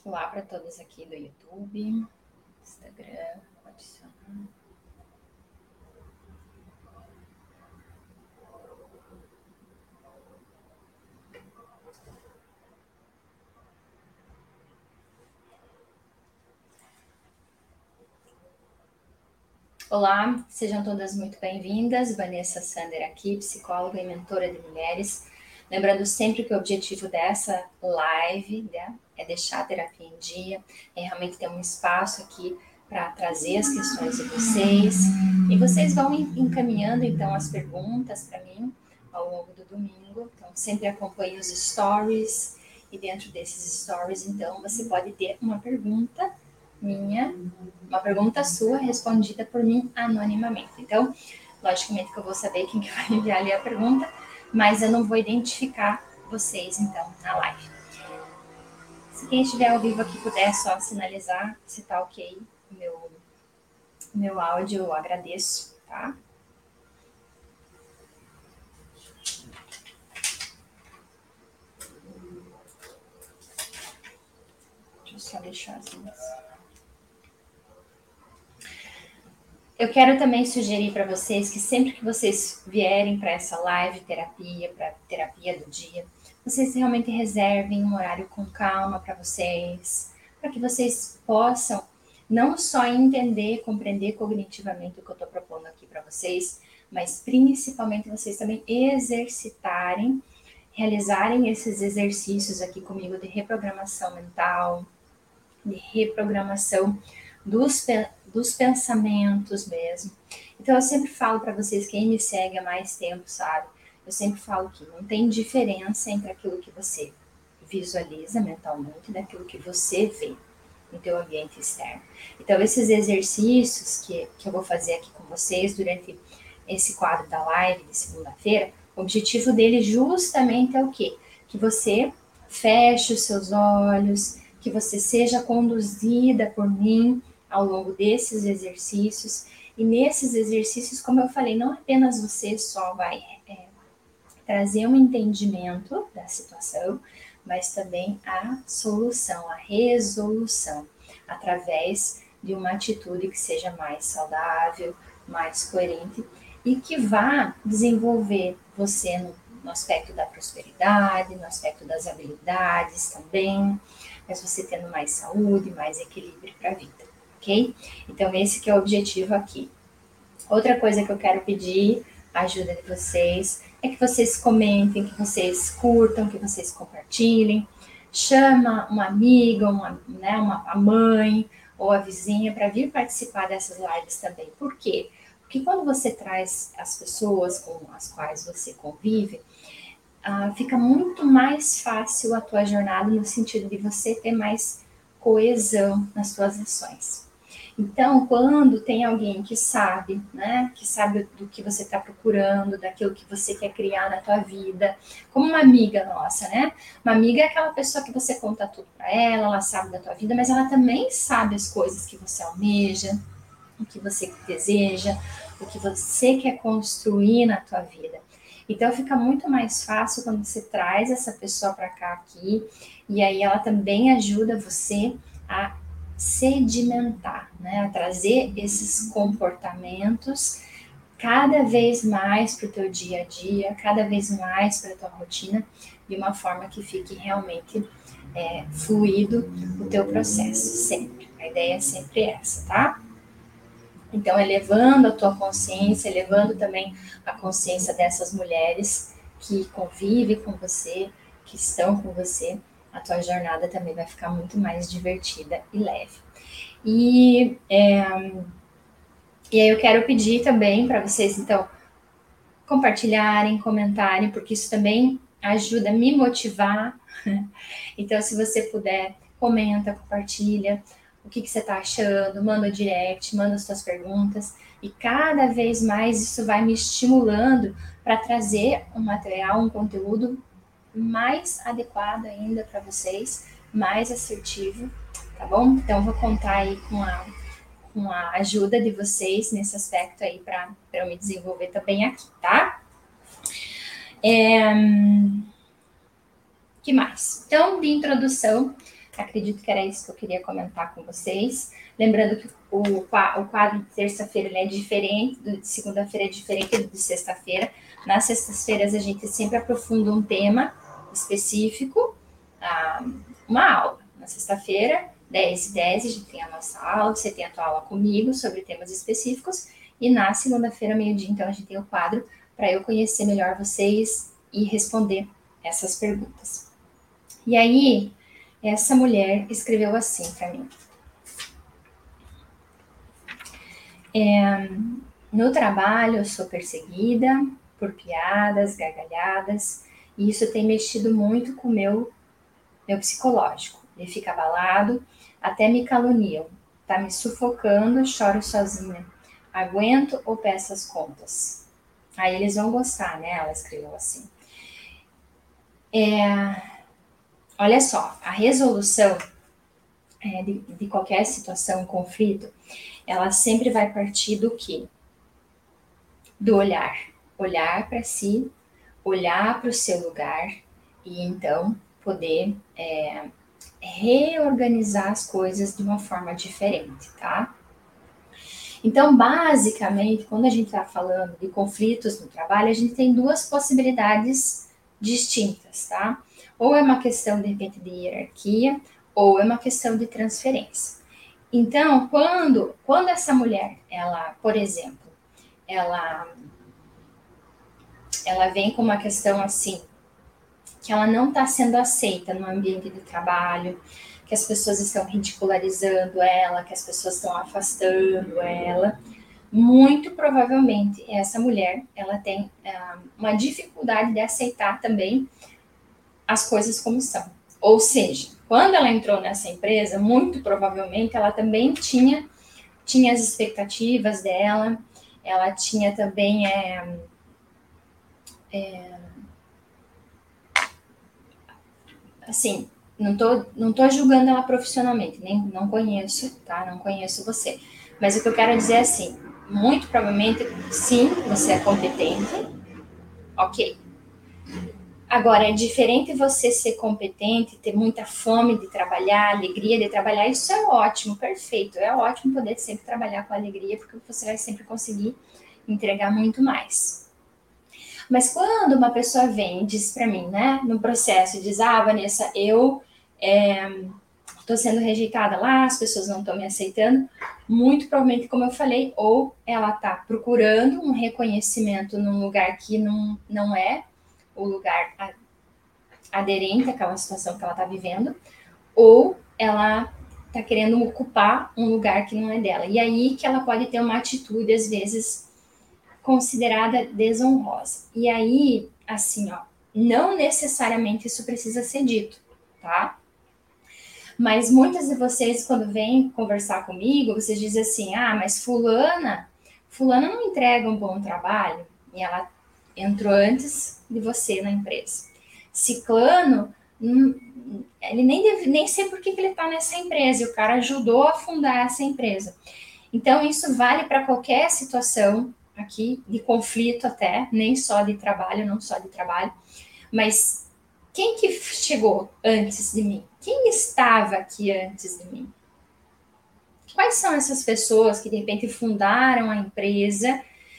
Olá para todos aqui do YouTube, Instagram, adicionar. Olá, sejam todas muito bem-vindas. Vanessa Sander aqui, psicóloga e mentora de mulheres. Lembrando sempre que o objetivo dessa live, né, é deixar a terapia em dia, é realmente ter um espaço aqui para trazer as questões de vocês. E vocês vão encaminhando, então, as perguntas para mim ao longo do domingo. Então, sempre acompanhe os stories. E dentro desses stories, então, você pode ter uma pergunta minha, uma pergunta sua respondida por mim anonimamente. Então, logicamente que eu vou saber quem que vai enviar ali a pergunta, mas eu não vou identificar vocês, então, na live. Se quem estiver ao vivo aqui puder só sinalizar se tá ok meu áudio, eu agradeço, tá? Deixa eu só deixar assim. Eu quero também sugerir para vocês que sempre que vocês vierem para essa live terapia, para terapia do dia, vocês realmente reservem um horário com calma para vocês, para que vocês possam não só entender, compreender cognitivamente o que eu estou propondo aqui para vocês, mas principalmente vocês também exercitarem, realizarem esses exercícios aqui comigo de reprogramação mental, de reprogramação dos pensamentos mesmo. Então eu sempre falo para vocês, quem me segue há mais tempo sabe, eu sempre falo que não tem diferença entre aquilo que você visualiza mentalmente e daquilo que você vê no teu ambiente externo. Então esses exercícios que eu vou fazer aqui com vocês durante esse quadro da live de segunda-feira, o objetivo dele justamente é o quê? Que você feche os seus olhos, que você seja conduzida por mim ao longo desses exercícios. E nesses exercícios, como eu falei, não apenas você só vai trazer um entendimento da situação, mas também a solução, a resolução, através de uma atitude que seja mais saudável, mais coerente e que vá desenvolver você no aspecto da prosperidade, no aspecto das habilidades também, mas você tendo mais saúde, mais equilíbrio para a vida, ok? Então esse que é o objetivo aqui. Outra coisa que eu quero pedir a ajuda de vocês é que vocês comentem, que vocês curtam, que vocês compartilhem. Chama uma amiga, a mãe ou a vizinha para vir participar dessas lives também. Por quê? Porque quando você traz as pessoas com as quais você convive, fica muito mais fácil a tua jornada no sentido de você ter mais coesão nas suas ações. Então, quando tem alguém que sabe, né, que sabe do que você está procurando, daquilo que você quer criar na tua vida, como uma amiga nossa, né? Uma amiga é aquela pessoa que você conta tudo para ela sabe da tua vida, mas ela também sabe as coisas que você almeja, o que você deseja, o que você quer construir na tua vida. Então fica muito mais fácil quando você traz essa pessoa para cá aqui, e aí ela também ajuda você a sedimentar, né? A trazer esses comportamentos cada vez mais para o teu dia a dia, cada vez mais para a tua rotina, de uma forma que fique realmente fluido o teu processo, sempre. A ideia é sempre essa, tá? Então, elevando a tua consciência, elevando também a consciência dessas mulheres que convivem com você, que estão com você, a tua jornada também vai ficar muito mais divertida e leve. E aí eu quero pedir também para vocês, então, compartilharem, comentarem, porque isso também ajuda a me motivar. Então, se você puder, comenta, compartilha o que você está achando, manda o direct, manda as suas perguntas, e cada vez mais isso vai me estimulando para trazer um material, um conteúdo mais adequado ainda para vocês, mais assertivo, tá bom? Então, vou contar aí com a ajuda de vocês nesse aspecto aí para eu me desenvolver também aqui, tá? Que mais? Então, de introdução, Acredito que era isso que eu queria comentar com vocês. Lembrando que o quadro de terça-feira é diferente, do de segunda-feira é diferente do de sexta-feira. Nas sextas-feiras a gente sempre aprofunda um tema específico, uma aula. Na sexta-feira, 10h10, a gente tem a nossa aula, você tem a tua aula comigo sobre temas específicos. E na segunda-feira, meio-dia, então, a gente tem o quadro para eu conhecer melhor vocês e responder essas perguntas. E aí, essa mulher escreveu assim para mim. No trabalho, eu sou perseguida por piadas, gargalhadas, e isso tem mexido muito com o meu psicológico. Ele fica abalado, até me caluniam. Tá me sufocando, choro sozinha. Aguento ou peço as contas? Aí eles vão gostar, né? Ela escreveu assim. Olha só, a resolução de qualquer situação, conflito, ela sempre vai partir do quê? Do olhar. Olhar para si, olhar para o seu lugar e então poder reorganizar as coisas de uma forma diferente, tá? Então, basicamente, quando a gente está falando de conflitos no trabalho, a gente tem duas possibilidades distintas, tá? Ou é uma questão, de repente, de hierarquia, ou é uma questão de transferência. Então, quando essa mulher, ela, por exemplo, ela, ela vem com uma questão assim, que ela não está sendo aceita no ambiente de trabalho, que as pessoas estão ridicularizando ela, que as pessoas estão afastando ela, muito provavelmente essa mulher ela tem uma dificuldade de aceitar também as coisas como são. Ou seja, quando ela entrou nessa empresa, muito provavelmente ela também tinha as expectativas dela, ela tinha também assim, não tô julgando ela profissionalmente, nem não conheço, tá? Não conheço você. Mas o que eu quero dizer é assim, muito provavelmente, sim, você é competente, ok. Agora, é diferente você ser competente, ter muita fome de trabalhar, alegria de trabalhar, isso é ótimo, perfeito. É ótimo poder sempre trabalhar com alegria, porque você vai sempre conseguir entregar muito mais. Mas quando uma pessoa vem e diz para mim, né, no processo, diz, Vanessa, eu estou sendo rejeitada lá, as pessoas não estão me aceitando, muito provavelmente, como eu falei, ou ela está procurando um reconhecimento num lugar que não é o lugar aderente àquela situação que ela está vivendo, ou ela está querendo ocupar um lugar que não é dela. E aí que ela pode ter uma atitude, às vezes, considerada desonrosa. E aí, assim, ó, não necessariamente isso precisa ser dito, tá? Mas muitas de vocês, quando vêm conversar comigo, vocês dizem assim, mas fulana não entrega um bom trabalho, e ela entrou antes de você na empresa. Ciclano, ele nem sei por que ele está nessa empresa, e o cara ajudou a fundar essa empresa. Então, isso vale para qualquer situação aqui, de conflito até, nem só de trabalho, não só de trabalho, mas quem que chegou antes de mim? Quem estava aqui antes de mim? Quais são essas pessoas que de repente fundaram a empresa,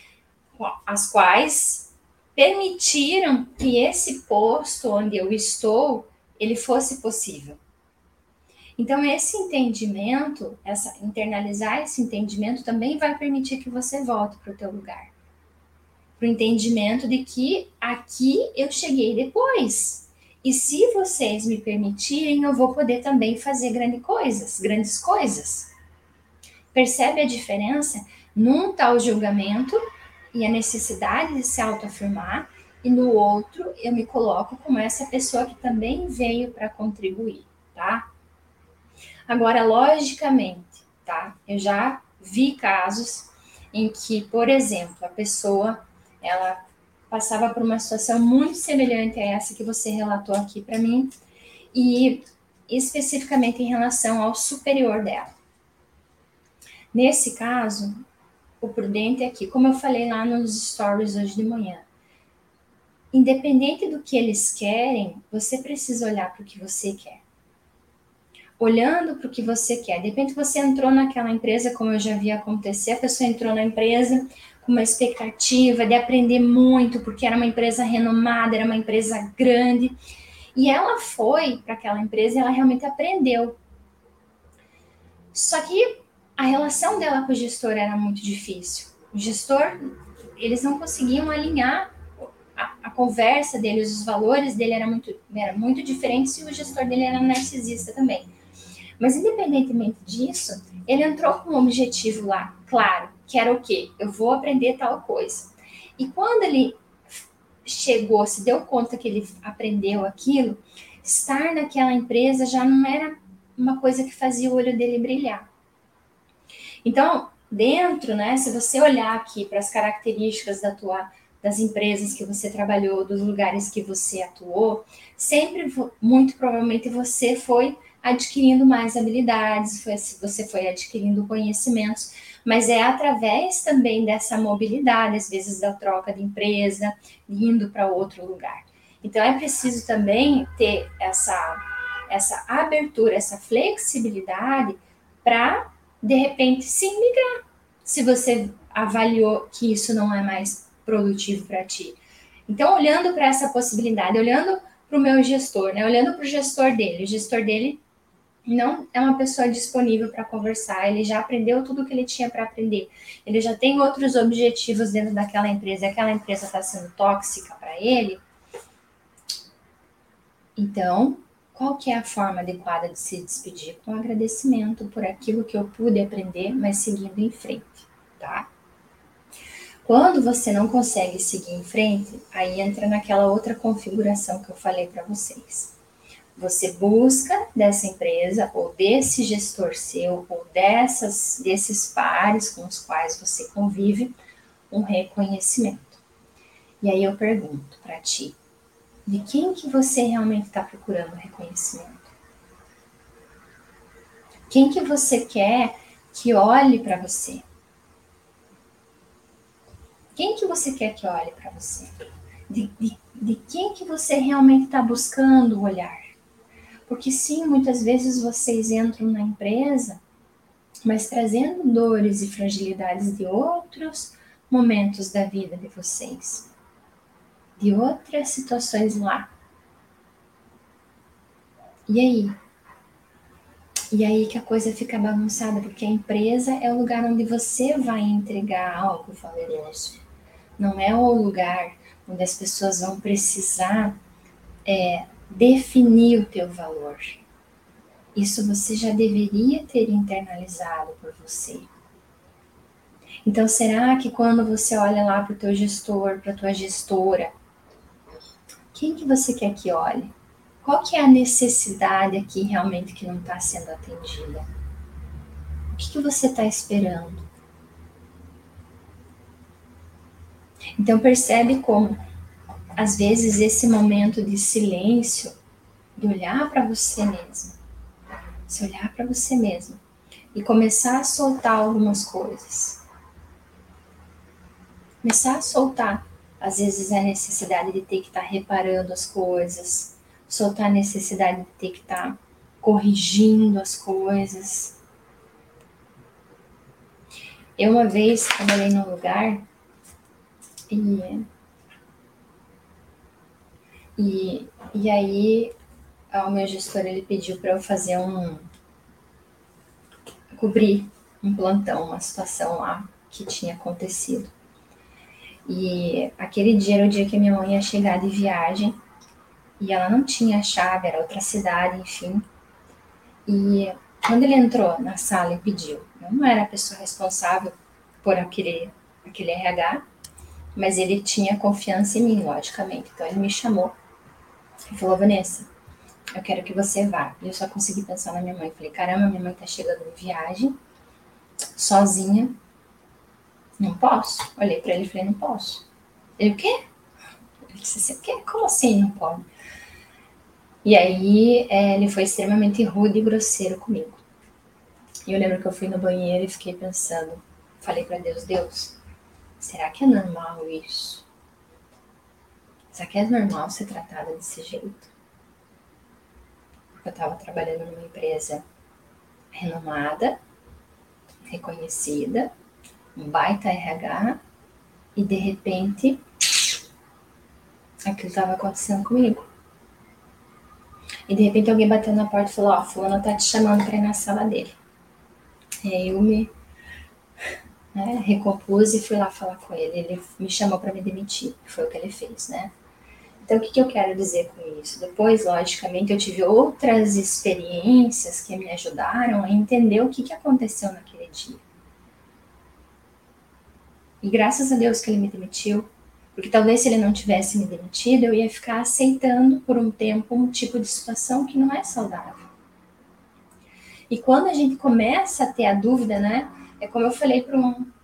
as quais permitiram que esse posto onde eu estou, ele fosse possível? Então, esse entendimento, internalizar esse entendimento também vai permitir que você volte para o teu lugar. Para o entendimento de que aqui eu cheguei depois. E se vocês me permitirem, eu vou poder também fazer grandes coisas. Percebe a diferença? Num tal julgamento e a necessidade de se autoafirmar, e no outro eu me coloco como essa pessoa que também veio para contribuir, tá? Agora, logicamente, tá? Eu já vi casos em que, por exemplo, a pessoa ela passava por uma situação muito semelhante a essa que você relatou aqui para mim e especificamente em relação ao superior dela. Nesse caso, o prudente é que, como eu falei lá nos stories hoje de manhã, independente do que eles querem, você precisa olhar para o que você quer. olhando para o que você quer. De repente você entrou naquela empresa, como eu já vi acontecer, a pessoa entrou na empresa com uma expectativa de aprender muito, porque era uma empresa renomada, era uma empresa grande, e ela foi para aquela empresa e ela realmente aprendeu. Só que a relação dela com o gestor era muito difícil. O gestor, eles não conseguiam alinhar a conversa deles, os valores dele era muito diferentes, e o gestor dele era narcisista também. Mas independentemente disso, ele entrou com um objetivo lá, claro, que era o quê? Eu vou aprender tal coisa. E quando ele chegou, se deu conta que ele aprendeu aquilo, estar naquela empresa já não era uma coisa que fazia o olho dele brilhar. Então, dentro, né, se você olhar aqui para as características das empresas que você trabalhou, dos lugares que você atuou, sempre, muito provavelmente, você foi adquirindo mais habilidades, você foi adquirindo conhecimentos, mas é através também dessa mobilidade, às vezes da troca de empresa, indo para outro lugar. Então, é preciso também ter essa abertura, essa flexibilidade para, de repente, sim, migrar, se você avaliou que isso não é mais produtivo para ti. Então, olhando para essa possibilidade, olhando para o meu gestor, né? Olhando para o gestor dele não é uma pessoa disponível para conversar, ele já aprendeu tudo o que ele tinha para aprender, ele já tem outros objetivos dentro daquela empresa, aquela empresa está sendo tóxica para ele. Então, qual que é a forma adequada de se despedir? Com agradecimento por aquilo que eu pude aprender, mas seguindo em frente, tá? Quando você não consegue seguir em frente, aí entra naquela outra configuração que eu falei para vocês. Você busca dessa empresa ou desse gestor seu ou desses pares com os quais você convive um reconhecimento. E aí eu pergunto para ti, de quem que você realmente está procurando reconhecimento? Quem que você quer que olhe para você? Quem que você quer que olhe para você? De quem que você realmente está buscando olhar? Porque sim, muitas vezes vocês entram na empresa, mas trazendo dores e fragilidades de outros momentos da vida de vocês, de outras situações lá. E aí? E aí que a coisa fica bagunçada, porque a empresa é o lugar onde você vai entregar algo valoroso. Não é o lugar onde as pessoas vão precisar definir o teu valor. Isso você já deveria ter internalizado por você. Então, será que quando você olha lá para o teu gestor, para a tua gestora, quem que você quer que olhe? Qual que é a necessidade aqui realmente que não está sendo atendida? O que você está esperando? Então, percebe como, às vezes, esse momento de silêncio, de olhar para você mesmo, se olhar para você mesmo e começar a soltar algumas coisas. Começar a soltar, às vezes, a necessidade de ter que estar reparando as coisas, soltar a necessidade de ter que estar corrigindo as coisas. Eu uma vez trabalhei num lugar e aí o meu gestor ele pediu para eu fazer cobrir um plantão, uma situação lá que tinha acontecido. E aquele dia era o dia que a minha mãe ia chegar de viagem e ela não tinha a chave, era outra cidade, enfim. E quando ele entrou na sala e pediu, eu não era a pessoa responsável por aquele RH, mas ele tinha confiança em mim, logicamente. Então ele me chamou e falou: Vanessa, eu quero que você vá. E eu só consegui pensar na minha mãe. Falei: caramba, minha mãe tá chegando de viagem, sozinha, não posso. Olhei para ele e falei: não posso. Ele: o quê? Ele disse: você quer? Como assim não pode? E aí ele foi extremamente rude e grosseiro comigo. E eu lembro que eu fui no banheiro e fiquei pensando, falei para Deus: Deus, será que é normal isso? Será que é normal ser tratada desse jeito? Eu estava trabalhando numa empresa renomada, reconhecida, um baita RH, e de repente aquilo estava acontecendo comigo. E de repente alguém bateu na porta e falou: Ó, fulano tá te chamando para ir na sala dele. E aí eu me recompus e fui lá falar com ele. Ele me chamou para me demitir, foi o que ele fez, né? Então, o que eu quero dizer com isso? Depois, logicamente, eu tive outras experiências que me ajudaram a entender o que aconteceu naquele dia. E graças a Deus que ele me demitiu, porque talvez se ele não tivesse me demitido, eu ia ficar aceitando por um tempo um tipo de situação que não é saudável. E quando a gente começa a ter a dúvida, né? É como eu falei para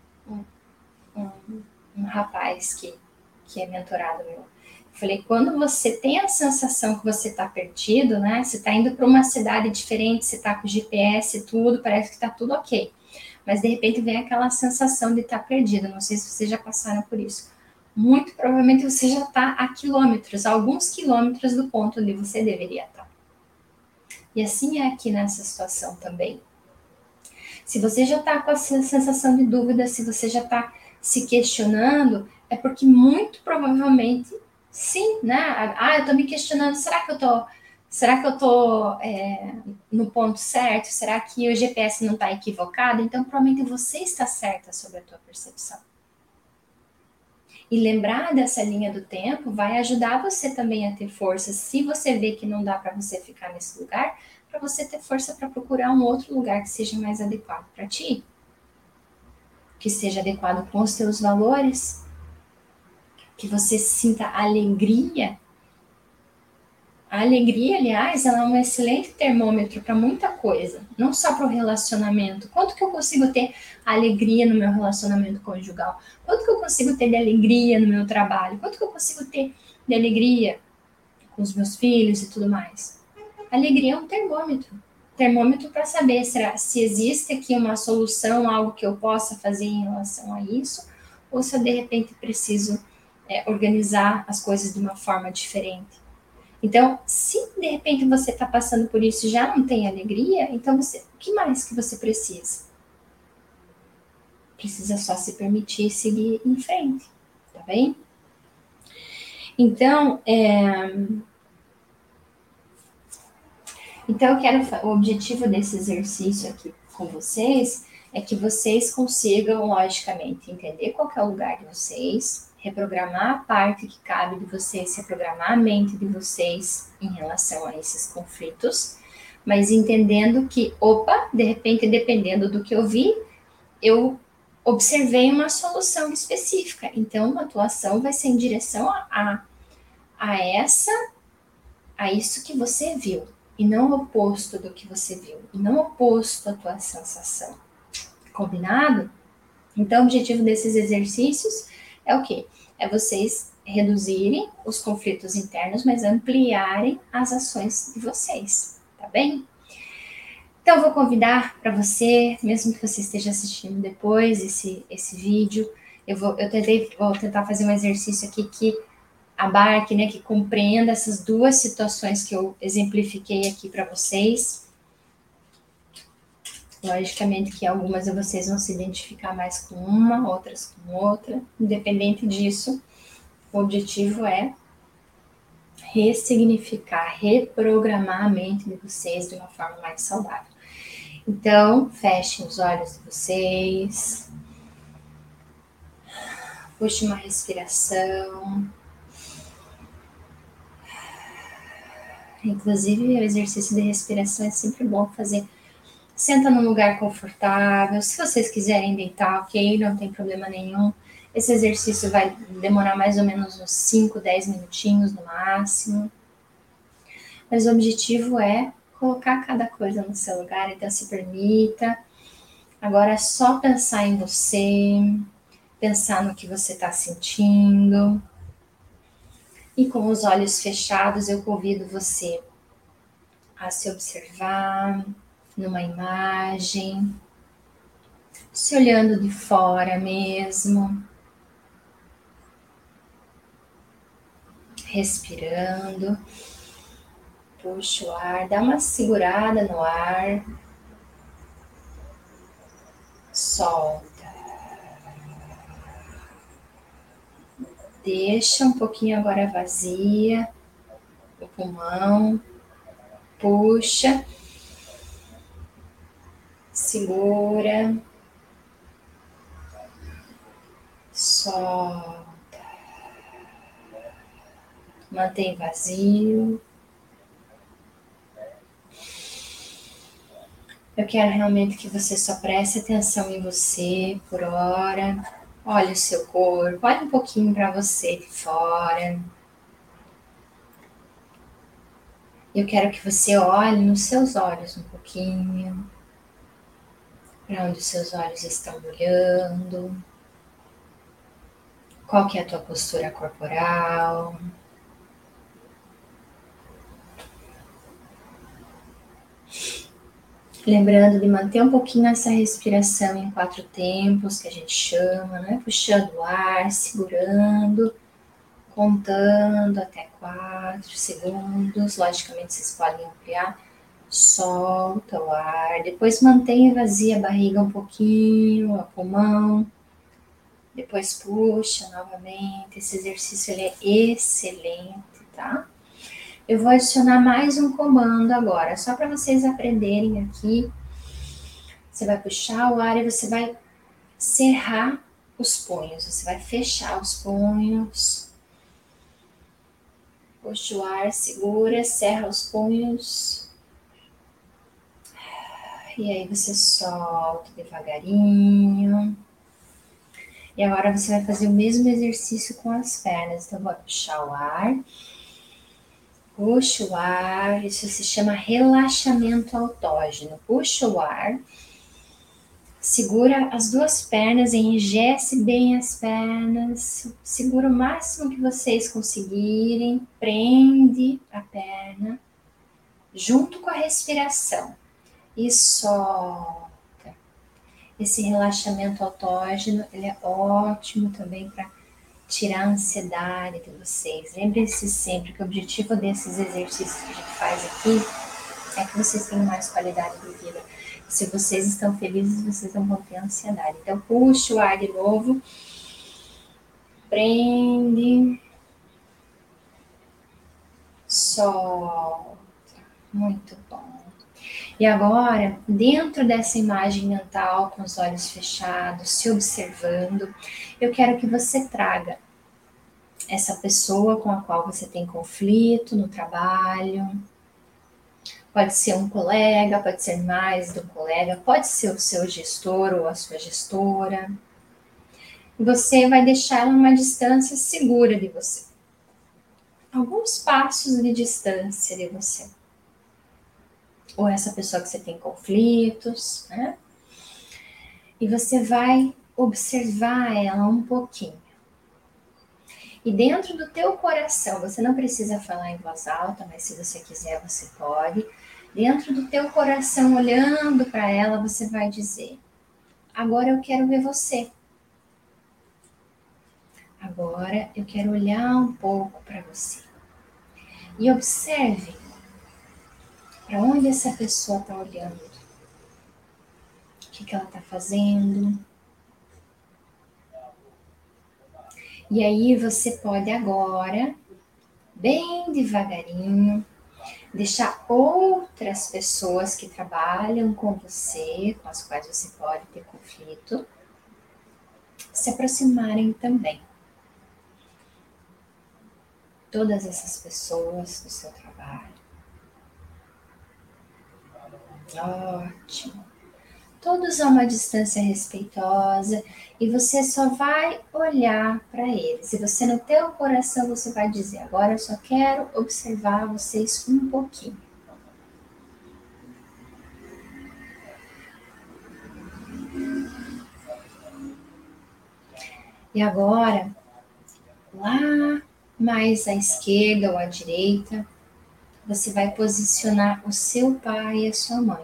um rapaz que é mentorado meu. Eu falei, quando você tem a sensação que você está perdido, né? Você está indo para uma cidade diferente, você está com GPS e tudo, parece que está tudo ok. Mas de repente vem aquela sensação de estar perdido. Não sei se vocês já passaram por isso. Muito provavelmente você já está a quilômetros, alguns quilômetros do ponto onde você deveria estar. E assim é aqui nessa situação também. Se você já está com essa sensação de dúvida, se você já está se questionando, é porque muito provavelmente sim, né? Ah, eu estou me questionando, será que eu tô no ponto certo? Será que o GPS não está equivocado? Então, provavelmente você está certa sobre a tua percepção. E lembrar dessa linha do tempo vai ajudar você também a ter força. Se você vê que não dá para você ficar nesse lugar, para você ter força para procurar um outro lugar que seja mais adequado para ti, que seja adequado com os teus valores, que você sinta alegria. A alegria, aliás, ela é um excelente termômetro para muita coisa, não só para o relacionamento. Quanto que eu consigo ter alegria no meu relacionamento conjugal? Quanto que eu consigo ter de alegria no meu trabalho? Quanto que eu consigo ter de alegria com os meus filhos e tudo mais? Alegria é um termômetro. Termômetro para saber se existe aqui uma solução, algo que eu possa fazer em relação a isso, ou se eu de repente preciso organizar as coisas de uma forma diferente. Então, se de repente você está passando por isso e já não tem alegria, então o que mais que você precisa? Precisa só se permitir seguir em frente, tá bem? Então, o objetivo desse exercício aqui com vocês é que vocês consigam, logicamente, entender qual é o lugar de vocês, reprogramar a parte que cabe de vocês, reprogramar a mente de vocês em relação a esses conflitos, mas entendendo que, opa, de repente, dependendo do que eu vi, eu observei uma solução específica. Então, a atuação vai ser em direção a isso que você viu, e não o oposto do que você viu, e não o oposto à tua sensação. Combinado? Então, o objetivo desses exercícios é o quê? É vocês reduzirem os conflitos internos, mas ampliarem as ações de vocês, tá bem? Então, eu vou convidar para você, mesmo que você esteja assistindo depois esse vídeo, vou tentar fazer um exercício aqui que abarque, né, que compreenda essas duas situações que eu exemplifiquei aqui para vocês. Logicamente que algumas de vocês vão se identificar mais com uma, outras com outra. Independente disso, o objetivo é ressignificar, reprogramar a mente de vocês de uma forma mais saudável. Então, fechem os olhos de vocês. Puxe uma respiração. Inclusive, o exercício de respiração é sempre bom fazer. Senta num lugar confortável. Se vocês quiserem deitar, ok, não tem problema nenhum. Esse exercício vai demorar mais ou menos uns 5, 10 minutinhos no máximo. Mas o objetivo é colocar cada coisa no seu lugar, então se permita. Agora é só pensar em você, pensar no que você está sentindo. E com os olhos fechados, eu convido você a se observar numa imagem, se olhando de fora mesmo, respirando, Puxa o ar, dá uma segurada no ar. Solta. Deixa um pouquinho agora vazia o pulmão. Puxa. Segura. Solta. Mantém vazio. Eu quero realmente que você só preste atenção em você por hora. Olhe o seu corpo, olhe um pouquinho para você de fora. Eu quero que você olhe nos seus olhos um pouquinho, para onde os seus olhos estão olhando. Qual que é a tua postura corporal? Lembrando de manter um pouquinho essa respiração em 4 tempos, que a gente chama, né? Puxando o ar, segurando, contando até 4 segundos. Logicamente, vocês podem ampliar. Solta o ar. Depois mantenha vazia a barriga um pouquinho, o pulmão. Depois puxa novamente. Esse exercício ele é excelente, tá? Eu vou adicionar mais um comando agora, só para vocês aprenderem aqui. Você vai puxar o ar e você vai cerrar os punhos. Você vai fechar os punhos. Puxa o ar, segura, cerra os punhos. E aí você solta devagarinho. E agora você vai fazer o mesmo exercício com as pernas. Então, vai puxar o ar. Puxa o ar. Isso se chama relaxamento autógeno. Puxa o ar. Segura as duas pernas, enrijece bem as pernas. Segura o máximo que vocês conseguirem. Prende a perna junto com a respiração. E solta. Esse relaxamento autógeno, ele é ótimo também para tirar a ansiedade de vocês. Lembrem-se sempre que o objetivo desses exercícios que a gente faz aqui é que vocês tenham mais qualidade de vida. Se vocês estão felizes, vocês não vão ter ansiedade. Então, puxa o ar de novo. Prende. Solta. Muito bom. E agora, dentro dessa imagem mental, com os olhos fechados, se observando, eu quero que você traga essa pessoa com a qual você tem conflito no trabalho. Pode ser um colega, pode ser mais de um colega, pode ser o seu gestor ou a sua gestora. Você vai deixar ela uma distância segura de você. Alguns passos de distância de você. Ou essa pessoa que você tem conflitos, né? E você vai observar ela um pouquinho. E dentro do teu coração, você não precisa falar em voz alta, mas se você quiser, você pode. Dentro do teu coração, olhando para ela, você vai dizer: agora eu quero ver você. Agora eu quero olhar um pouco para você. E observe para onde essa pessoa está olhando. O que ela está fazendo. E aí você pode agora, bem devagarinho, deixar outras pessoas que trabalham com você, com as quais você pode ter conflito, se aproximarem também. Todas essas pessoas do seu trabalho. Ótimo. Todos a uma distância respeitosa e você só vai olhar para eles. E você no teu coração você vai dizer: agora eu só quero observar vocês um pouquinho. E agora, lá mais à esquerda ou à direita, você vai posicionar o seu pai e a sua mãe.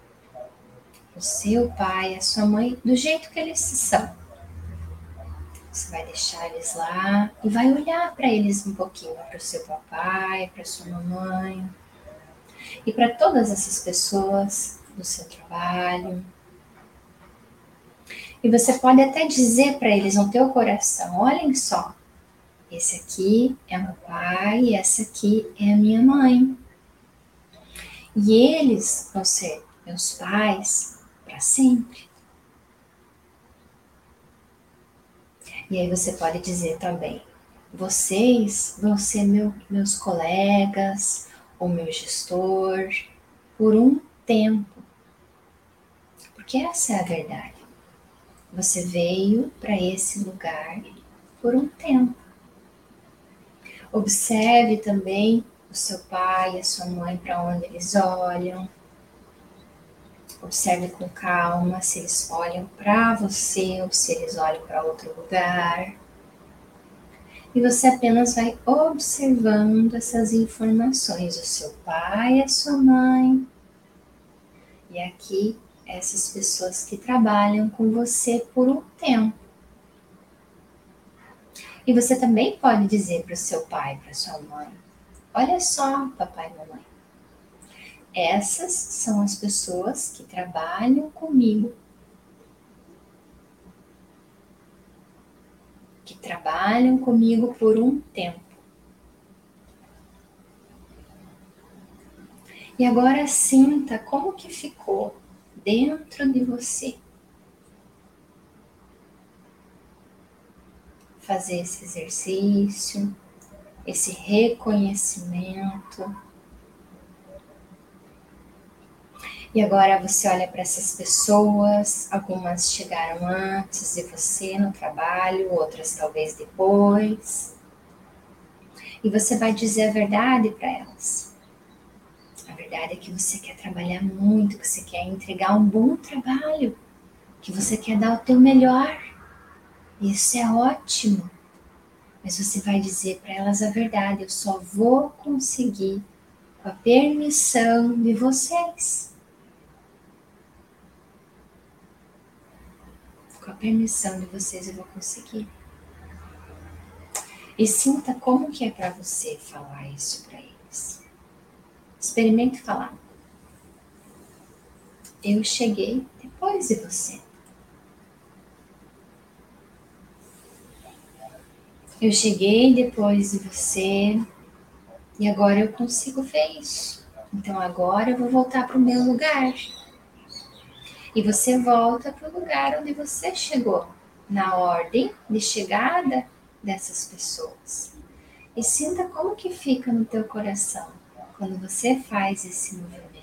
O seu pai e a sua mãe do jeito que eles são. Você vai deixar eles lá e vai olhar para eles um pouquinho, para o seu papai, para sua mamãe e para todas essas pessoas do seu trabalho. E você pode até dizer para eles no teu coração: olhem só, esse aqui é meu pai e essa aqui é a minha mãe. E eles vão ser meus pais para sempre. E aí você pode dizer também: vocês vão ser meus colegas ou meu gestor por um tempo. Porque essa é a verdade. Você veio para esse lugar por um tempo. Observe também o seu pai e a sua mãe para onde eles olham. Observe com calma se eles olham para você ou se eles olham para outro lugar. E você apenas vai observando essas informações, o seu pai, a sua mãe. E aqui, essas pessoas que trabalham com você por um tempo. E você também pode dizer para o seu pai, para sua mãe: olha só, papai e mamãe, essas são as pessoas que trabalham comigo, por um tempo. E agora sinta como que ficou dentro de você fazer esse exercício, esse reconhecimento. E agora você olha para essas pessoas, algumas chegaram antes de você no trabalho, outras talvez depois. E você vai dizer a verdade para elas. A verdade é que você quer trabalhar muito, que você quer entregar um bom trabalho, que você quer dar o teu melhor. Isso é ótimo. Mas você vai dizer para elas a verdade: eu só vou conseguir com a permissão de vocês. Com a permissão de vocês eu vou conseguir. E sinta como que é para você falar isso para eles. Experimente falar: eu cheguei depois de você. Eu cheguei depois de você e agora eu consigo ver isso. Então agora eu vou voltar para o meu lugar. E você volta para o lugar onde você chegou, na ordem de chegada dessas pessoas. E sinta como que fica no teu coração quando você faz esse movimento.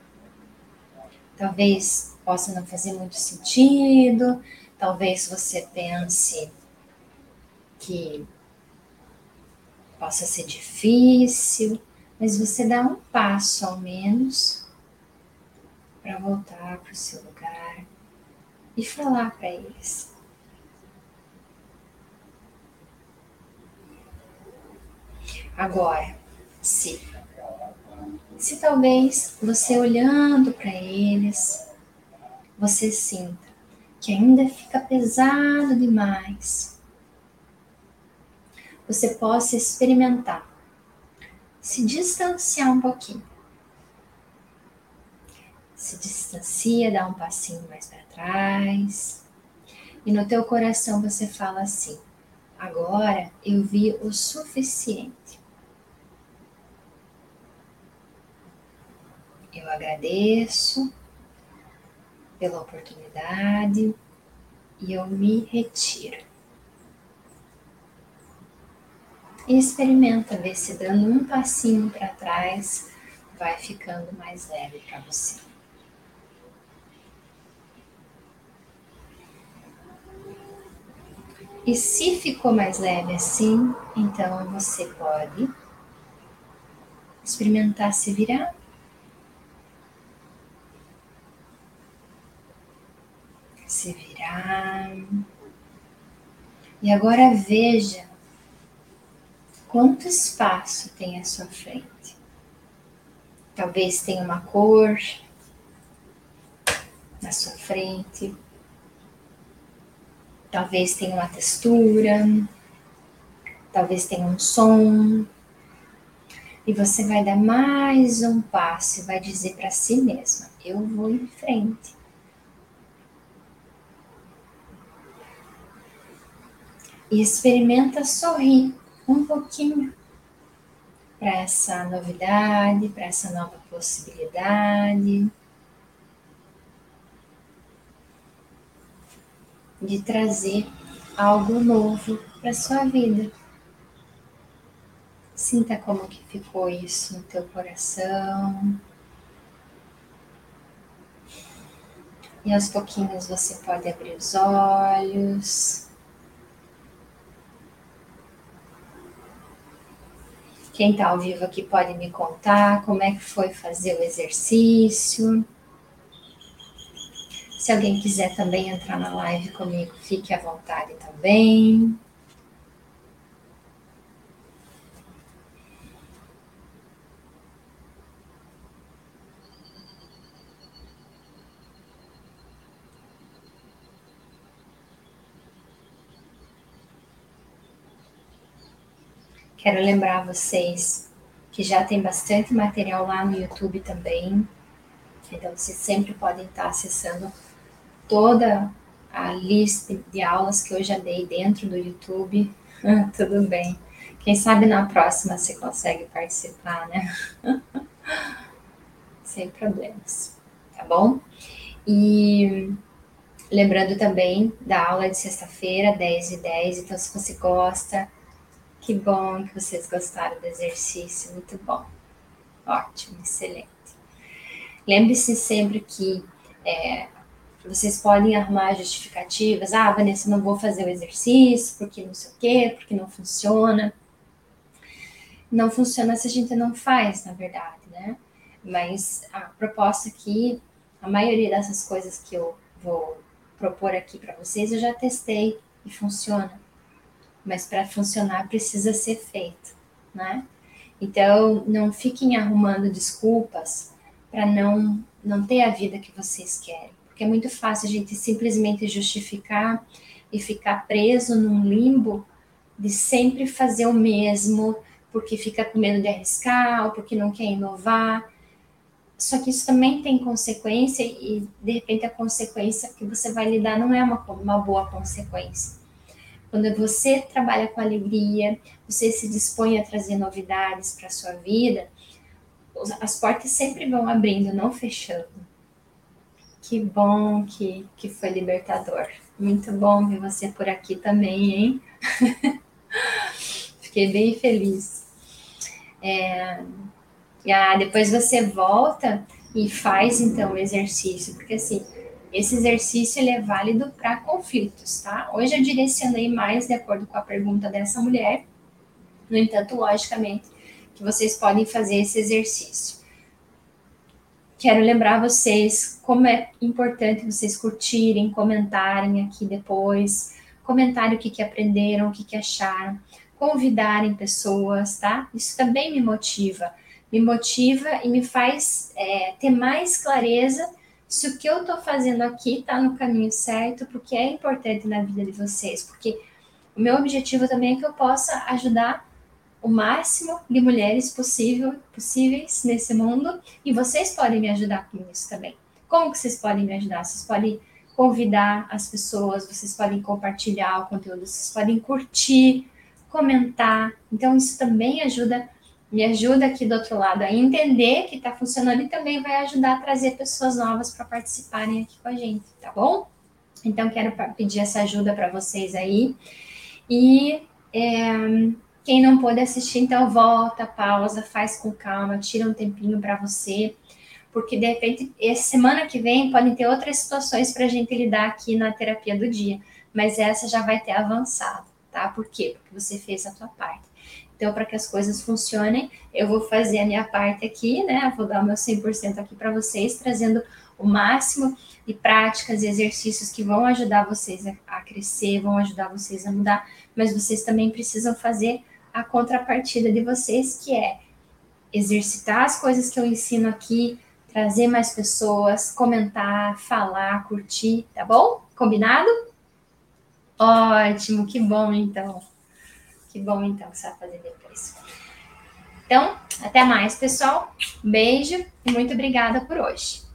Talvez possa não fazer muito sentido, talvez você pense que possa ser difícil, mas você dá um passo ao menos para voltar para o seu lugar e falar para eles: agora, se talvez você olhando para eles, você sinta que ainda fica pesado demais, você possa experimentar se distanciar um pouquinho. Se distancia, dá um passinho mais para trás. E no teu coração você fala assim: agora eu vi o suficiente. Eu agradeço pela oportunidade e eu me retiro. E experimenta ver se dando um passinho para trás vai ficando mais leve para você. E se ficou mais leve assim, então você pode experimentar se virar. Se virar. E agora veja quanto espaço tem à sua frente. Talvez tenha uma cor na sua frente. talvez tenha uma textura, talvez tenha um som. E você vai dar mais um passo e vai dizer para si mesma: eu vou em frente. E experimenta sorrir um pouquinho para essa novidade, para essa nova possibilidade de trazer algo novo para sua vida. Sinta como que ficou isso no teu coração. E aos pouquinhos você pode abrir os olhos. Quem está ao vivo aqui pode me contar como é que foi fazer o exercício. Se alguém quiser também entrar na live comigo, fique à vontade também. Quero lembrar vocês que já tem bastante material lá no YouTube também. Então, vocês sempre podem estar acessando toda a lista de aulas que eu já dei dentro do YouTube. Tudo bem. Quem sabe na próxima você consegue participar, né? Sem problemas, tá bom? E lembrando também da aula de sexta-feira, 10h10. Então, se você gosta, que bom que vocês gostaram do exercício, muito bom. Ótimo, excelente. Lembre-se sempre que vocês podem arrumar justificativas. Ah, Vanessa, não vou fazer o exercício porque não sei o quê, porque não funciona. Não funciona se a gente não faz, na verdade, né? Mas a proposta aqui, a maioria dessas coisas que eu vou propor aqui para vocês, eu já testei e funciona. Mas para funcionar precisa ser feito, né? Então, não fiquem arrumando desculpas para não ter a vida que vocês querem. Porque é muito fácil a gente simplesmente justificar e ficar preso num limbo de sempre fazer o mesmo, porque fica com medo de arriscar ou porque não quer inovar. Só que isso também tem consequência e, de repente, a consequência que você vai lidar não é uma boa consequência. Quando você trabalha com alegria, você se dispõe a trazer novidades para a sua vida, as portas sempre vão abrindo, não fechando. Que bom que foi libertador. Muito bom ver você por aqui também, hein? Fiquei bem feliz. Depois você volta e faz então o exercício, porque assim, esse exercício ele é válido para conflitos, tá? Hoje eu direcionei mais de acordo com a pergunta dessa mulher. No entanto, logicamente, que vocês podem fazer esse exercício. Quero lembrar vocês como é importante vocês curtirem, comentarem aqui depois, comentarem o que aprenderam, o que acharam, convidarem pessoas, tá? Isso também me motiva e me faz ter mais clareza se o que eu estou fazendo aqui está no caminho certo, porque é importante na vida de vocês, porque o meu objetivo também é que eu possa ajudar o máximo de mulheres possíveis nesse mundo e vocês podem me ajudar com isso também. Como que vocês podem me ajudar? Vocês podem convidar as pessoas, vocês podem compartilhar o conteúdo, vocês podem curtir, comentar. Então isso também me ajuda aqui do outro lado a entender que está funcionando e também vai ajudar a trazer pessoas novas para participarem aqui com a gente, tá bom? Então quero pedir essa ajuda para vocês aí e quem não pôde assistir, então volta, pausa, faz com calma, tira um tempinho para você, porque de repente, semana que vem podem ter outras situações para a gente lidar aqui na terapia do dia, mas essa já vai ter avançado, tá? Por quê? Porque você fez a tua parte. Então, para que as coisas funcionem, eu vou fazer a minha parte aqui, né? Vou dar o meu 100% aqui para vocês, trazendo o máximo de práticas e exercícios que vão ajudar vocês a crescer, vão ajudar vocês a mudar, mas vocês também precisam fazer a contrapartida de vocês, que é exercitar as coisas que eu ensino aqui, trazer mais pessoas, comentar, falar, curtir, tá bom? Combinado? Ótimo, que bom então. Que bom então que você vai fazer depois. Então, até mais, pessoal. Beijo e muito obrigada por hoje.